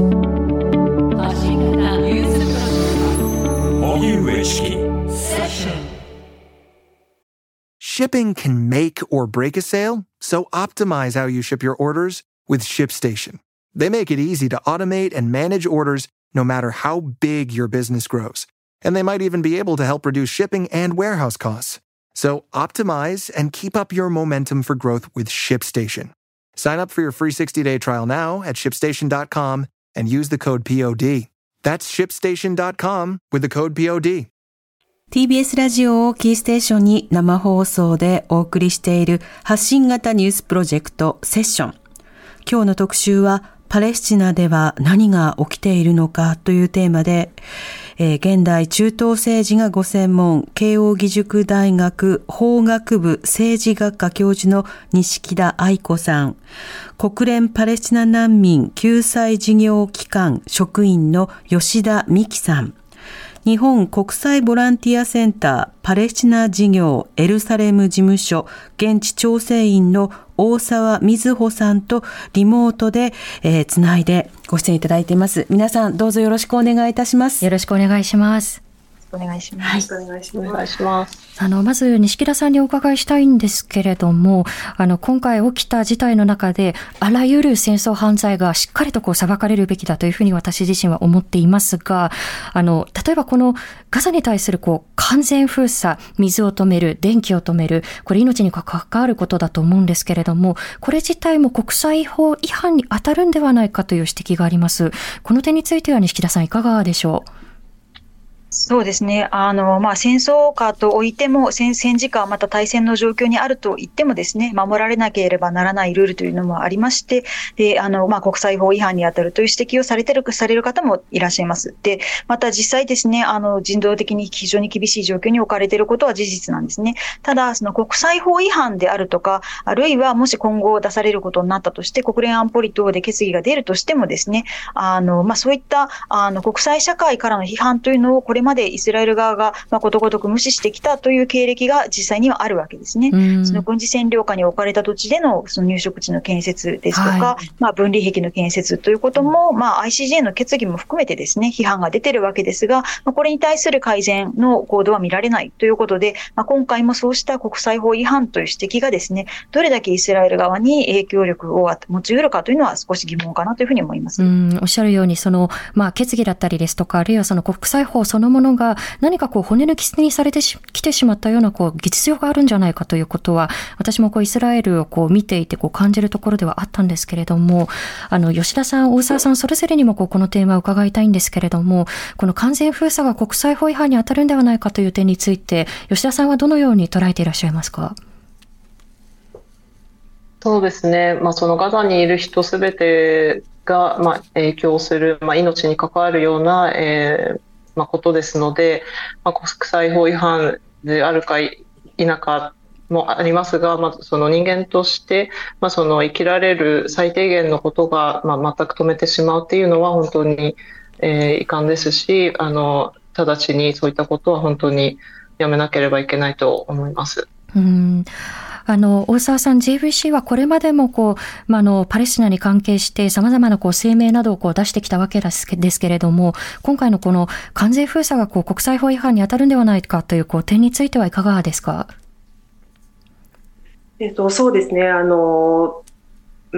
Shipping can make or break a sale, so optimize how you ship your orders with ShipStation. They make it easy to automate and manage orders no matter how big your business grows. And they might even be able to help reduce shipping and warehouse costs. So optimize and keep up your momentum for growth with ShipStation. Sign up for your free sixty-day trial now at ship station dot com and use the code ピーオーディー. That's ship station dot com with the code ピーオーディー. ティービーエス ラジオをキーステーションに生放送でお送りしている発信型ニュースプロジェクトセッション。今日の特集はパレスチナでは何が起きているのかというテーマで、えー、現代中東政治がご専門、慶應義塾大学法学部政治学科教授の錦田愛子さん、国連パレスチナ難民救済事業機関職員の吉田美希さん、日本国際ボランティアセンターパレスチナ事業エルサレム事務所現地調整員の大沢瑞穂さんとリモートで、えー、つないでご出演いただいています。皆さんどうぞよろしくお願いいたします。 よろしくお願いします。 お願いします。 はい、お願いします。お願いします。 あの、まず、錦田さんにお伺いしたいんですけれども、あの、今回起きた事態の中で、あらゆる戦争犯罪がしっかりとこう裁かれるべきだというふうに私自身は思っていますが、あの、例えばこのガザに対するこう、完全封鎖、水を止める、電気を止める、これ命に関わることだと思うんですけれども、これ自体も国際法違反に当たるんではないかという指摘があります。この点については錦田さんいかがでしょう？ そうですね。あの、まあ、戦争下とおいても、戦、戦時下、また対戦の状況にあると言ってもですね、守られなければならないルールというのもありまして、で、あの、まあ、国際法違反に当たるという指摘をされてる、される方もいらっしゃいます。で、また実際ですね、あの、人道的に非常に厳しい状況に置かれていることは事実なんですね。ただ、その国際法違反であるとか、あるいはもし今後出されることになったとして、国連安保理等で決議が出るとしてもですね、あの、まあ、そういった、あの、国際社会からの批判というのをこれまでイスラエル側がまあことごとく無視してきたという経歴が実際にはあるわけですね。その軍事占領下に置かれた土地でのその入植地の建設ですとか、はい、まあ分離壁の建設ということも、まあ アイシージェー の決議も含めてですね、批判が出てるわけですが、まあ、これに対する改善の行動は見られないということで、まあ、今回もそうした国際法違反という指摘がですね、どれだけイスラエル側に影響力を持ち得るかというのは少し疑問かなというふうに思います。 うん、おっしゃるように、その、まあ決議だったりですとか、あるいはその国際法そのものが何かこう骨抜きにされてきてしまったようなこう実情があるんじゃないかということは、私もこうイスラエルをこう見ていてこう感じるところではあったんですけれども、あの吉田さん、大沢さんそれぞれにもこうこのテーマを伺いたいんですけれども、この完全封鎖が国際法違反に当たるんではないかという点について、吉田さんはどのように捉えていらっしゃいますか？ そうですね、まあ、そのガザにいる人すべてが、まあ、影響する、まあ、命に関わるような、えーまあ、ことですので、まあ、国際法違反であるか否かもありますが、まあ、その人間として、まあ、その生きられる最低限のことが、まあ、全く止めてしまうというのは本当に、えー、遺憾ですし、あの直ちにそういったことは本当にやめなければいけないと思います。 うん、あの大沢さん、 ジェイブイシー はこれまでもこう、まあ、あのパレスチナに関係してさまざまなこう声明などをこう出してきたわけですけ、ですけれども、今回のこの完全封鎖がこう国際法違反に当たるんではないかというこう点についてはいかがですか？ えっと、そうですね、あの、うん、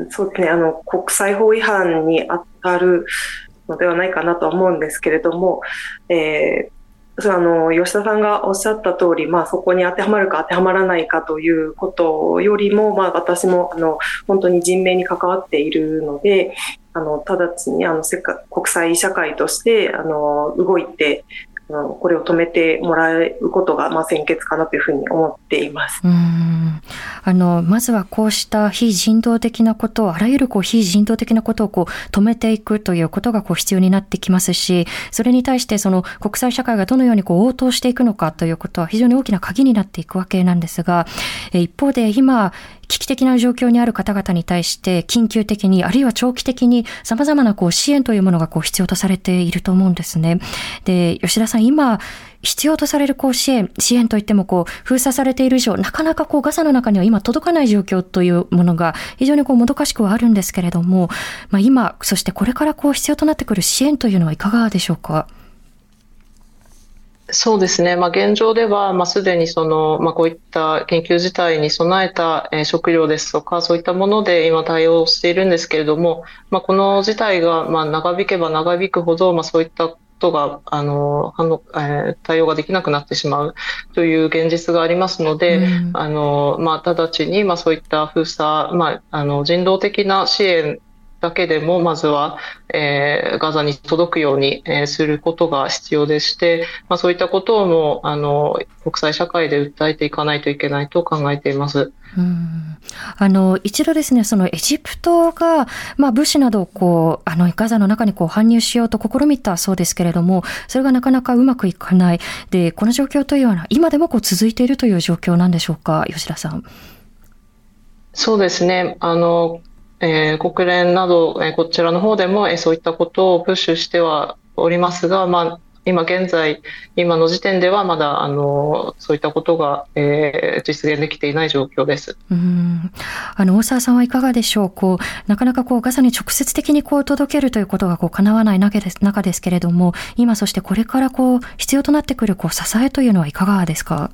そうですね、あの国際法違反に当たるのではないかなとは思うんですけれども、えーあの吉田さんがおっしゃった通り、まあ、そこに当てはまるか当てはまらないかということよりも、まあ、私もあの本当に人命に関わっているので、あの直ちにあの世界国際社会としてあの動いて、あのこれを止めてもらうことが、まあ、先決かなというふうに思っています。 うーん、あのまずはこうした非人道的なことを、あらゆるこう非人道的なことをこう止めていくということがこう必要になってきますし、それに対してその国際社会がどのようにこう応答していくのかということは非常に大きな鍵になっていくわけなんですが、一方で今危機的な状況にある方々に対して緊急的に、あるいは長期的に様々なこう支援というものがこう必要とされていると思うんですね。で、吉田さん今必要とされるこう支援、支援といってもこう封鎖されている以上、なかなかこうガザの中には今届かない状況というものが非常にこうもどかしくはあるんですけれども、まあ、今、そしてこれからこう必要となってくる支援というのはいかがでしょうか。 そうですね、まあ、現状では、まあ、すでにその、まあ、こういった緊急事態に備えた、えー、食料ですとか、そういったもので今対応しているんですけれども、まあ、この事態がまあ長引けば長引くほど、まあ、そういったことがあの反応、えー、対応ができなくなってしまうという現実がありますので、うん、あのまあ、直ちに、まあ、そういった封鎖、まあ、あの人道的な支援だけでもまずは、えー、ガザに届くように、えー、することが必要でして、まあ、そういったことをもあの国際社会で訴えていかないといけないと考えています。 うん、あの一度ですね、そのエジプトが、まあ、物資などをこうあのガザの中にこう搬入しようと試みたそうですけれども、それがなかなかうまくいかないで、この状況というのは今でもこう続いているという状況なんでしょうか。吉田さん。 そうですね、あのえー、国連など、えー、こちらの方でも、えー、そういったことをプッシュしてはおりますが、まあ、今現在、今の時点ではまだあのそういったことが、えー、実現できていない状況です。 うーんあの大沢さんはいかがでしょう。こうなかなかこうガザに直接的にこう届けるということがこう叶わない中です、中ですけれども、今そしてこれからこう必要となってくるこう支えというのはいかがですか。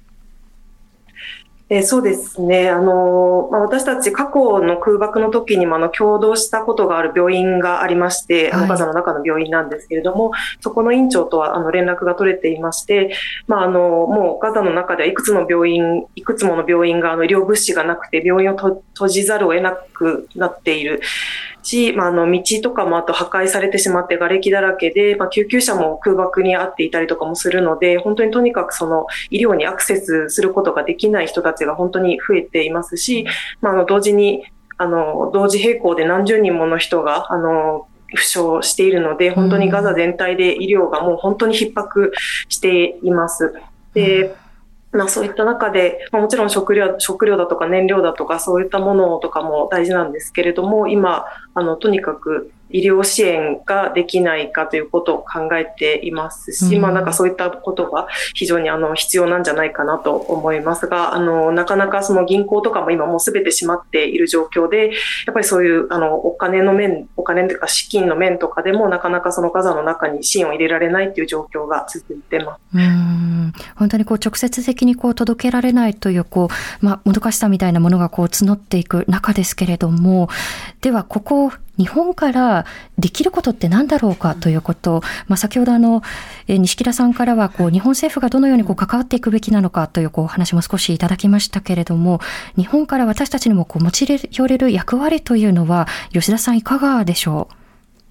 えー、そうですね、あのまあ、私たち過去の空爆の時にもあの共同したことがある病院がありまして、はい、あのガザの中の病院なんですけれども、そこの院長とはあの連絡が取れていまして、まあ、あのもうガザの中ではいくつの病院いくつもの病院があの医療物資がなくて病院をと閉じざるを得なくなっているし、まあ、あの道とかもあと破壊されてしまって瓦礫だらけで、まあ、救急車も空爆に遭っていたりとかもするので、本当にとにかくその医療にアクセスすることができない人たちが本当に増えていますし、まあ、あの同時にあの同時並行で何十人もの人があの負傷しているので、本当にガザ全体で医療がもう本当に逼迫しています。でまあ、そういった中で、まあ、もちろん食料、食料だとか燃料だとかそういったものとかも大事なんですけれども、今あのとにかく医療支援ができないかということを考えていますし、うんまあ、なんかそういったことが非常にあの必要なんじゃないかなと思いますが、あのなかなかその銀行とかも今もうすべて閉まっている状況で、やっぱりそういうあのお金の面、お金というか資金の面とかでもなかなかそのガザの中に支援を入れられないという状況が続いています。 うん本当にこう直接的にこう届けられないというこう、まあ、もどかしさみたいなものがこう募っていく中ですけれども、ではここ日本からできることって何だろうかということ、まあ、先ほどあのえ西田さんからはこう日本政府がどのようにこう関わっていくべきなのかというこう話も少しいただきましたけれども、日本から私たちにもこう持ち寄れる役割というのは吉田さんいかがでしょう。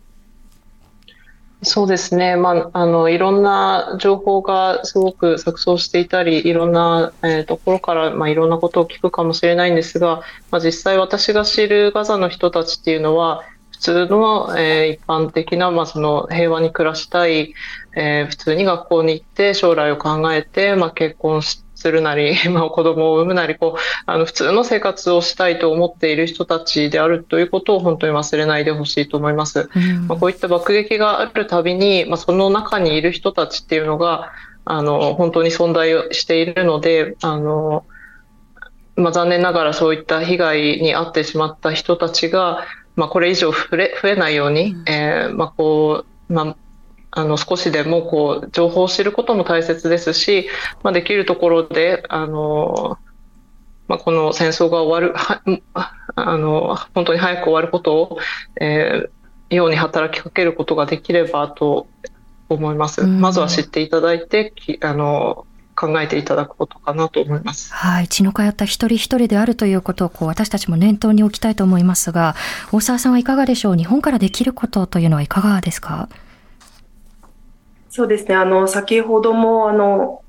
そうですね、まあ、あのいろんな情報がすごく錯綜していたり、いろんな、えー、ところから、まあ、いろんなことを聞くかもしれないんですが、まあ、実際私が知るガザの人たちっていうのは普通の、えー、一般的な、まあ、その平和に暮らしたい、えー、普通に学校に行って将来を考えて、まあ、結婚してするなり、まあ、子供を産むなりこうあの普通の生活をしたいと思っている人たちであるということを本当に忘れないでほしいと思います、うんまあ、こういった爆撃があるたびに、まあ、その中にいる人たちっていうのがあの本当に存在しているので、あの、まあ、残念ながらそういった被害に遭ってしまった人たちが、まあ、これ以上増え、増えないように、うんえーまあこうまああの少しでもこう情報を知ることも大切ですし、まあ、できるところであの、まあ、この戦争が終わるはあの本当に早く終わることを、えー、ように働きかけることができればと思います。まずは知っていただいてあの考えていただくことかなと思います。 はい、血の通った一人一人であるということをこう私たちも念頭に置きたいと思いますが、大沢さんはいかがでしょう。日本からできることというのはいかがですか。 そうですね、あの先ほどもあの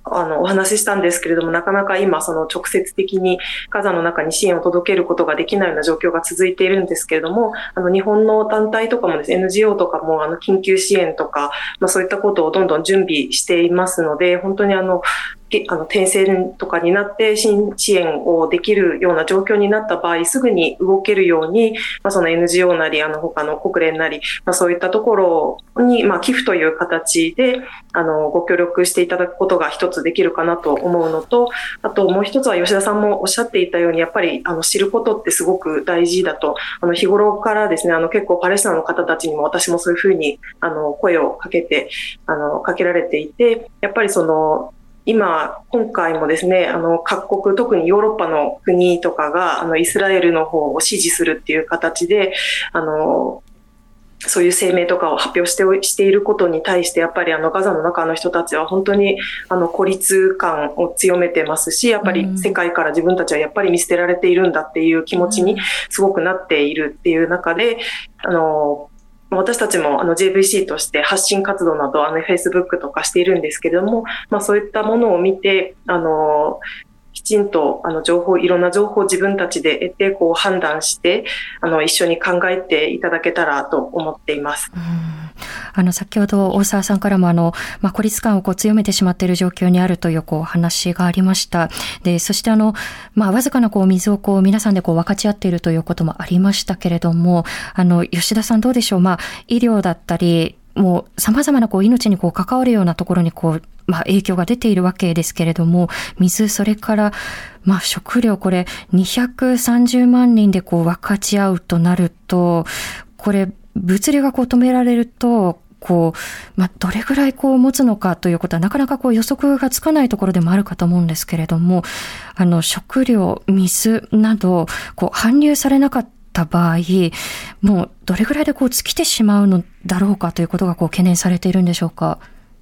あのお話ししたんですけれども、なかなか今その直接的にガザの中に支援を届けることができないような状況が続いているんですけれども、あの日本の団体とかもですね、エヌジーオー とかもあの緊急支援とか、まあ、そういったことをどんどん準備していますので、本当にあのあの停戦とかになって新支援をできるような状況になった場合、すぐに動けるように、まあ、その エヌジーオー なりあの他の国連なり、まあ、そういったところに、まあ、寄付という形であのご協力していただくことが一つできるかなと思うのと、あともう一つは吉田さんもおっしゃっていたように、やっぱりあの知ることってすごく大事だと、あの日頃からですね、あの結構パレスチナの方たちにも私もそういうふうにあの声をかけてあのかけられていて、やっぱりその今、今回もですね、あの各国、特にヨーロッパの国とかがあのイスラエルの方を支持するっていう形で、あのそういう声明とかを発表して、していることに対して、やっぱりあのガザの中の人たちは本当にあの孤立感を強めてますし、やっぱり世界から自分たちはやっぱり見捨てられているんだっていう気持ちにすごくなっているっていう中で、あの私たちもあの ジェイブイシー として発信活動などあの Facebook とかしているんですけれども、まあ、そういったものを見てあのきちんとあの情報いろんな情報を自分たちで得てこう判断してあの一緒に考えていただけたらと思っています。 うんあの先ほど大沢さんからもあの、まあ、孤立感をこう強めてしまっている状況にあるというこう話がありました。でそしてあの、まあ、わずかなこう水をこう皆さんでこう分かち合っているということもありましたけれども、あの吉田さんどうでしょう。まあ、医療だったりもう様々なこう命にこう関わるようなところにこう、まあ、影響が出ているわけですけれども、水それからまあ食料、これにひゃくさんじゅうまんにんでこう分かち合うとなると、これ物流がこう止められるとこう、まあ、どれぐらいこう持つのかということはなかなかこう予測がつかないところでもあるかと思うんですけれども、あの食料、水などこう搬入されなかった場合、もうどれぐらいでこう尽きてしまうのだろうかということがこう懸念されているんでしょうか。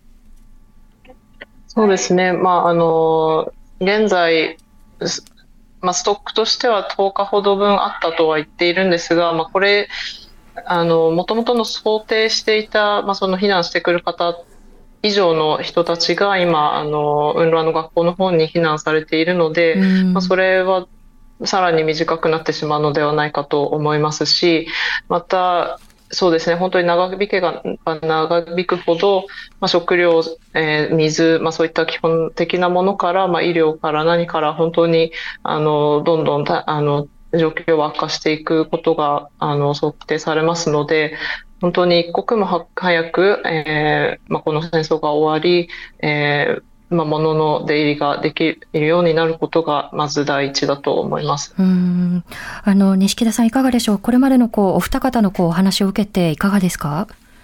そうですね、まあ、あの現在、まあ、ストックとしてはとおかほどぶんあったとは言っているんですが、まあ、これあの元々の想定していた、まあ、その避難してくる方以上の人たちが今あのウンルワの学校の方に避難されているので、まあ、それはさらに短くなってしまうのではないかと思いますし、またそうですね、本当に長引けが長引くほど、まあ、食料、えー、水、まあ、そういった基本的なものから、まあ、医療から何から本当にあのどんどんあの状況が悪化していくことがあの想定されますので、本当に一刻も早く、えーまあ、この戦争が終わり、えーまあ、物の出入りができるようになることがまず第一だと思います。 うーんあの錦田さんいかがでしょう。これまでのこうお二方のこうお話を受けていかがですか。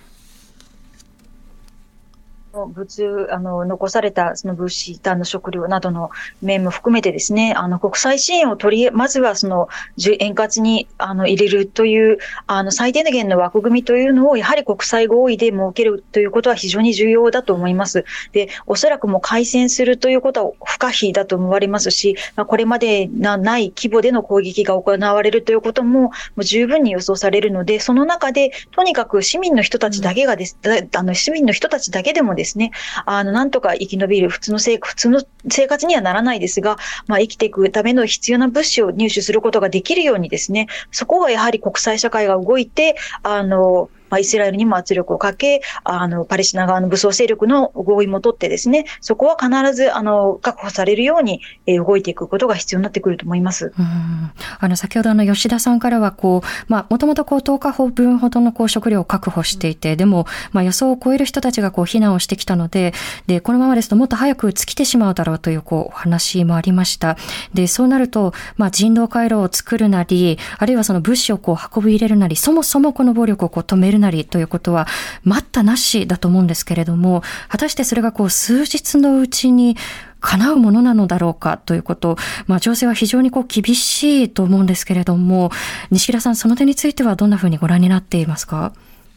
物あの残されたその物資、あの食料などの面も含めてですね、あの国際支援を取りまずはその円滑にあの入れるというあの最低限の枠組みというのをやはり国際合意で設けるということは非常に重要だと思います。で、おそらくもう開戦するということは不可避だと思われますし、まあ、これまでなない規模での攻撃が行われるということも、もう十分に予想されるので、その中でとにかく市民の人たちだけがです、うん、あの市民の人たちだけでもですねですね、あのなんとか生き延びる普通の生普通の生活にはならないですが、まあ、生きていくための必要な物資を入手することができるようにですね、そこはやはり国際社会が動いてあのまあ、イスラエルにも圧力をかけ、あのパレスチナ側の武装勢力の合意も取ってですね、そこは必ずあの確保されるように、えー、動いていくことが必要になってくると思います。 うんあの先ほどあの吉田さんからはこう、まあ、もともとこうとおかぶんほどのこう食料を確保していて、でも、まあ、予想を超える人たちがこう避難をしてきたので、でこのままですともっと早く尽きてしまうだろうというこうお話もありました。でそうなると、まあ、人道回廊を作るなり、あるいはその物資をこう運び入れるなり、そもそもこの暴力をこう止めるなりということは待ったなしだと思うんですけれども、果たしてそれがこう数日のうちに叶うものなのだろうかということ、まあ、情勢は非常にこう厳しいと思うんですけれども、西平さん、その点についてはどんなふうにご覧になっていますか。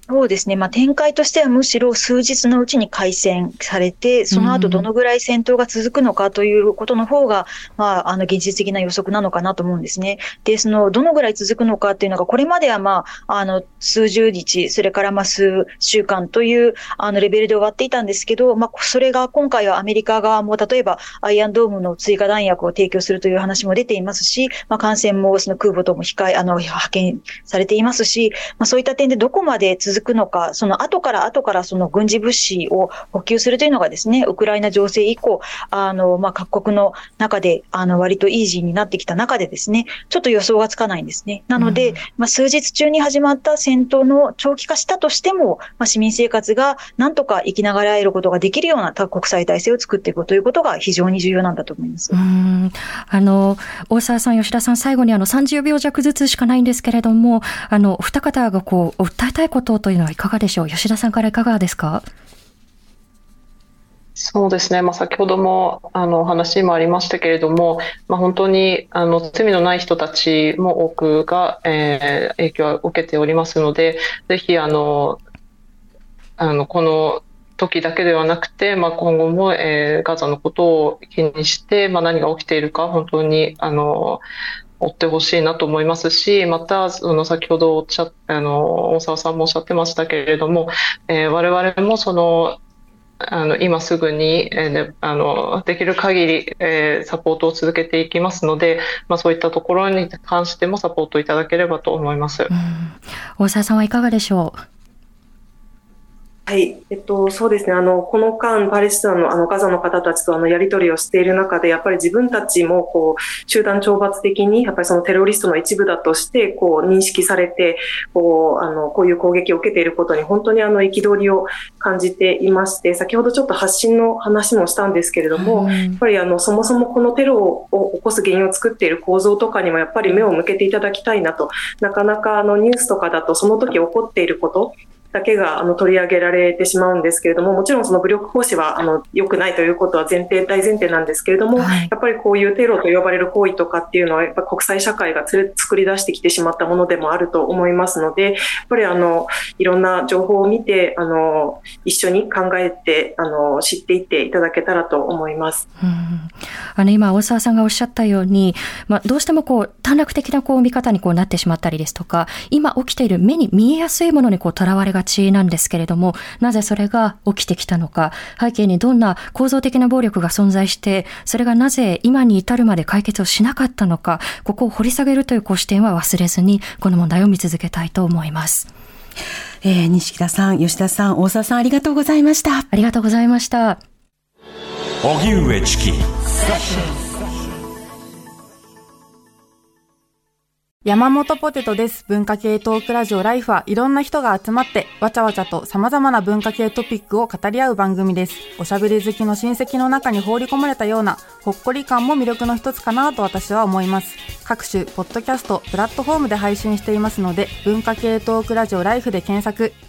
そうですね、まあ、展開としてはむしろ数日のうちに開戦されて、その後どのぐらい戦闘が続くのかということの方が、まあ、あの現実的な予測なのかなと思うんですね。で、そのどのぐらい続くのかっていうのが、これまでは、まあ、あの数十日、それからまあ数週間というあのレベルで終わっていたんですけど、まあ、それが今回はアメリカ側も例えばアイアンドームの追加弾薬を提供するという話も出ていますし、まあ、艦船もその空母とも控えあの派遣されていますし、まあ、そういった点でどこまで続くくのか、その後から後からその軍事物資を補給するというのがですね、ウクライナ情勢以降、あの、まあ、各国の中で、あの、割とイージーになってきた中でですね、ちょっと予想がつかないんですね。なので、うん、まあ、数日中に始まった戦闘の長期化したとしても、まあ、市民生活がなんとか生きながらえることができるような国際体制を作っていくということが非常に重要なんだと思います。 うーん、あの、大沢さん、吉田さん、最後にあのさんじゅうびょう弱ずつしかないんですけれども、あの、お二方がこう、訴えたいことというのはいかがでしょう。吉田さんからいかがですか。 そうですね、まあ、先ほどもあの話もありましたけれども、まあ、本当にあの罪のない人たちも多くが、えー、影響を受けておりますので、ぜひあのあのこの時だけではなくて、まあ、今後も、えー、ガザのことを気にして、まあ、何が起きているか本当にあの追ってほしいなと思いますし、またその先ほどおっしゃあの大沢さんもおっしゃってましたけれども、えー、我々もそのあの今すぐに、えーね、あのできる限り、えー、サポートを続けていきますので、まあ、そういったところに関してもサポートいただければと思います。 うん、大沢さんはいかがでしょう。 はい、えっと、そうですね、あのこの間、パレスチナの、あのガザの方たちとあのやり取りをしている中で、やっぱり自分たちもこう集団懲罰的にやっぱりそのテロリストの一部だとしてこう認識されて、こうあのこういう攻撃を受けていることに本当にあの憤りを感じていまして、先ほどちょっと発信の話もしたんですけれども、うん、やっぱりあのそもそもこのテロを起こす原因を作っている構造とかにもやっぱり目を向けていただきたいなと。なかなかあのニュースとかだとその時起こっていることだけがあの取り上げられてしまうんですけれども、もちろんその武力行使はあの良くないということは前提大前提なんですけれども、はい、やっぱりこういうテロと呼ばれる行為とかっていうのはやっぱ国際社会がつ作り出してきてしまったものでもあると思いますので、やっぱりあのいろんな情報を見てあの一緒に考えてあの知っていっていただけたらと思います。 うん、あの今大沢さんがおっしゃったように、まあ、どうしてもこう短絡的なこう見方にこうなってしまったりですとか、今起きている目に見えやすいものにこうとらわれがちなんですけれども、なぜそれが起きてきたのか、背景にどんな構造的な暴力が存在して、それがなぜ今に至るまで解決をしなかったのか、ここを掘り下げるというこう視点は忘れずにこの問題を見続けたいと思います。 えー、西田さん、吉田さん、大沢さん、ありがとうございました。 ありがとうございました。 荻上チキ山本ポテトです。文化系トークラジオライフはいろんな人が集まってわちゃわちゃと様々な文化系トピックを語り合う番組です。おしゃべり好きの親戚の中に放り込まれたようなほっこり感も魅力の一つかなと私は思います。各種ポッドキャストプラットフォームで配信していますので、文化系トークラジオライフで検索。